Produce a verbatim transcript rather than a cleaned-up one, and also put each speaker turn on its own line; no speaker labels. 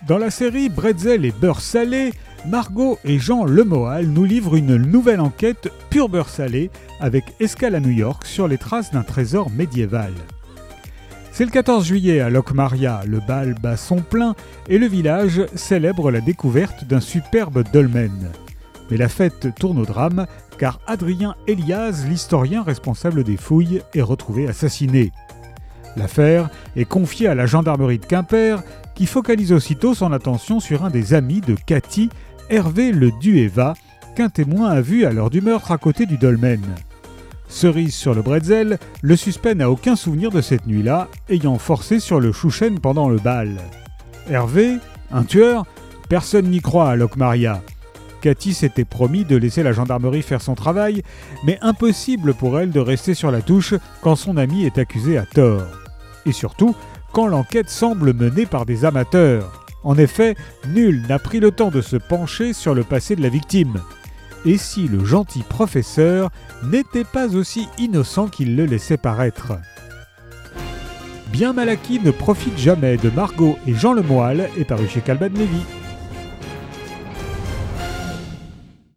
Dans la série Bretzel et beurre salé, Margot et Jean Lemoal nous livrent une nouvelle enquête pur beurre salé avec escale à New York sur les traces d'un trésor médiéval. C'est le quatorze juillet à Locmaria, le bal bat son plein et le village célèbre la découverte d'un superbe dolmen. Mais la fête tourne au drame car Adrien Elias, l'historien responsable des fouilles, est retrouvé assassiné. L'affaire est confiée à la gendarmerie de Quimper qui focalise aussitôt son attention sur un des amis de Cathy, Hervé Le Dueva, qu'un témoin a vu à l'heure du meurtre à côté du dolmen. Cerise sur le bretzel, le suspect n'a aucun souvenir de cette nuit-là, ayant forcé sur le chouchen pendant le bal. Hervé, un tueur, personne n'y croit à Locmaria. Cathy s'était promis de laisser la gendarmerie faire son travail, mais impossible pour elle de rester sur la touche quand son ami est accusé à tort. Et surtout, quand l'enquête semble menée par des amateurs. En effet, nul n'a pris le temps de se pencher sur le passé de la victime. Et si le gentil professeur n'était pas aussi innocent qu'il le laissait paraître. Bien mal acquis ne profite jamais de Margot et Jean Lemoal est paru chez Calban Lévy.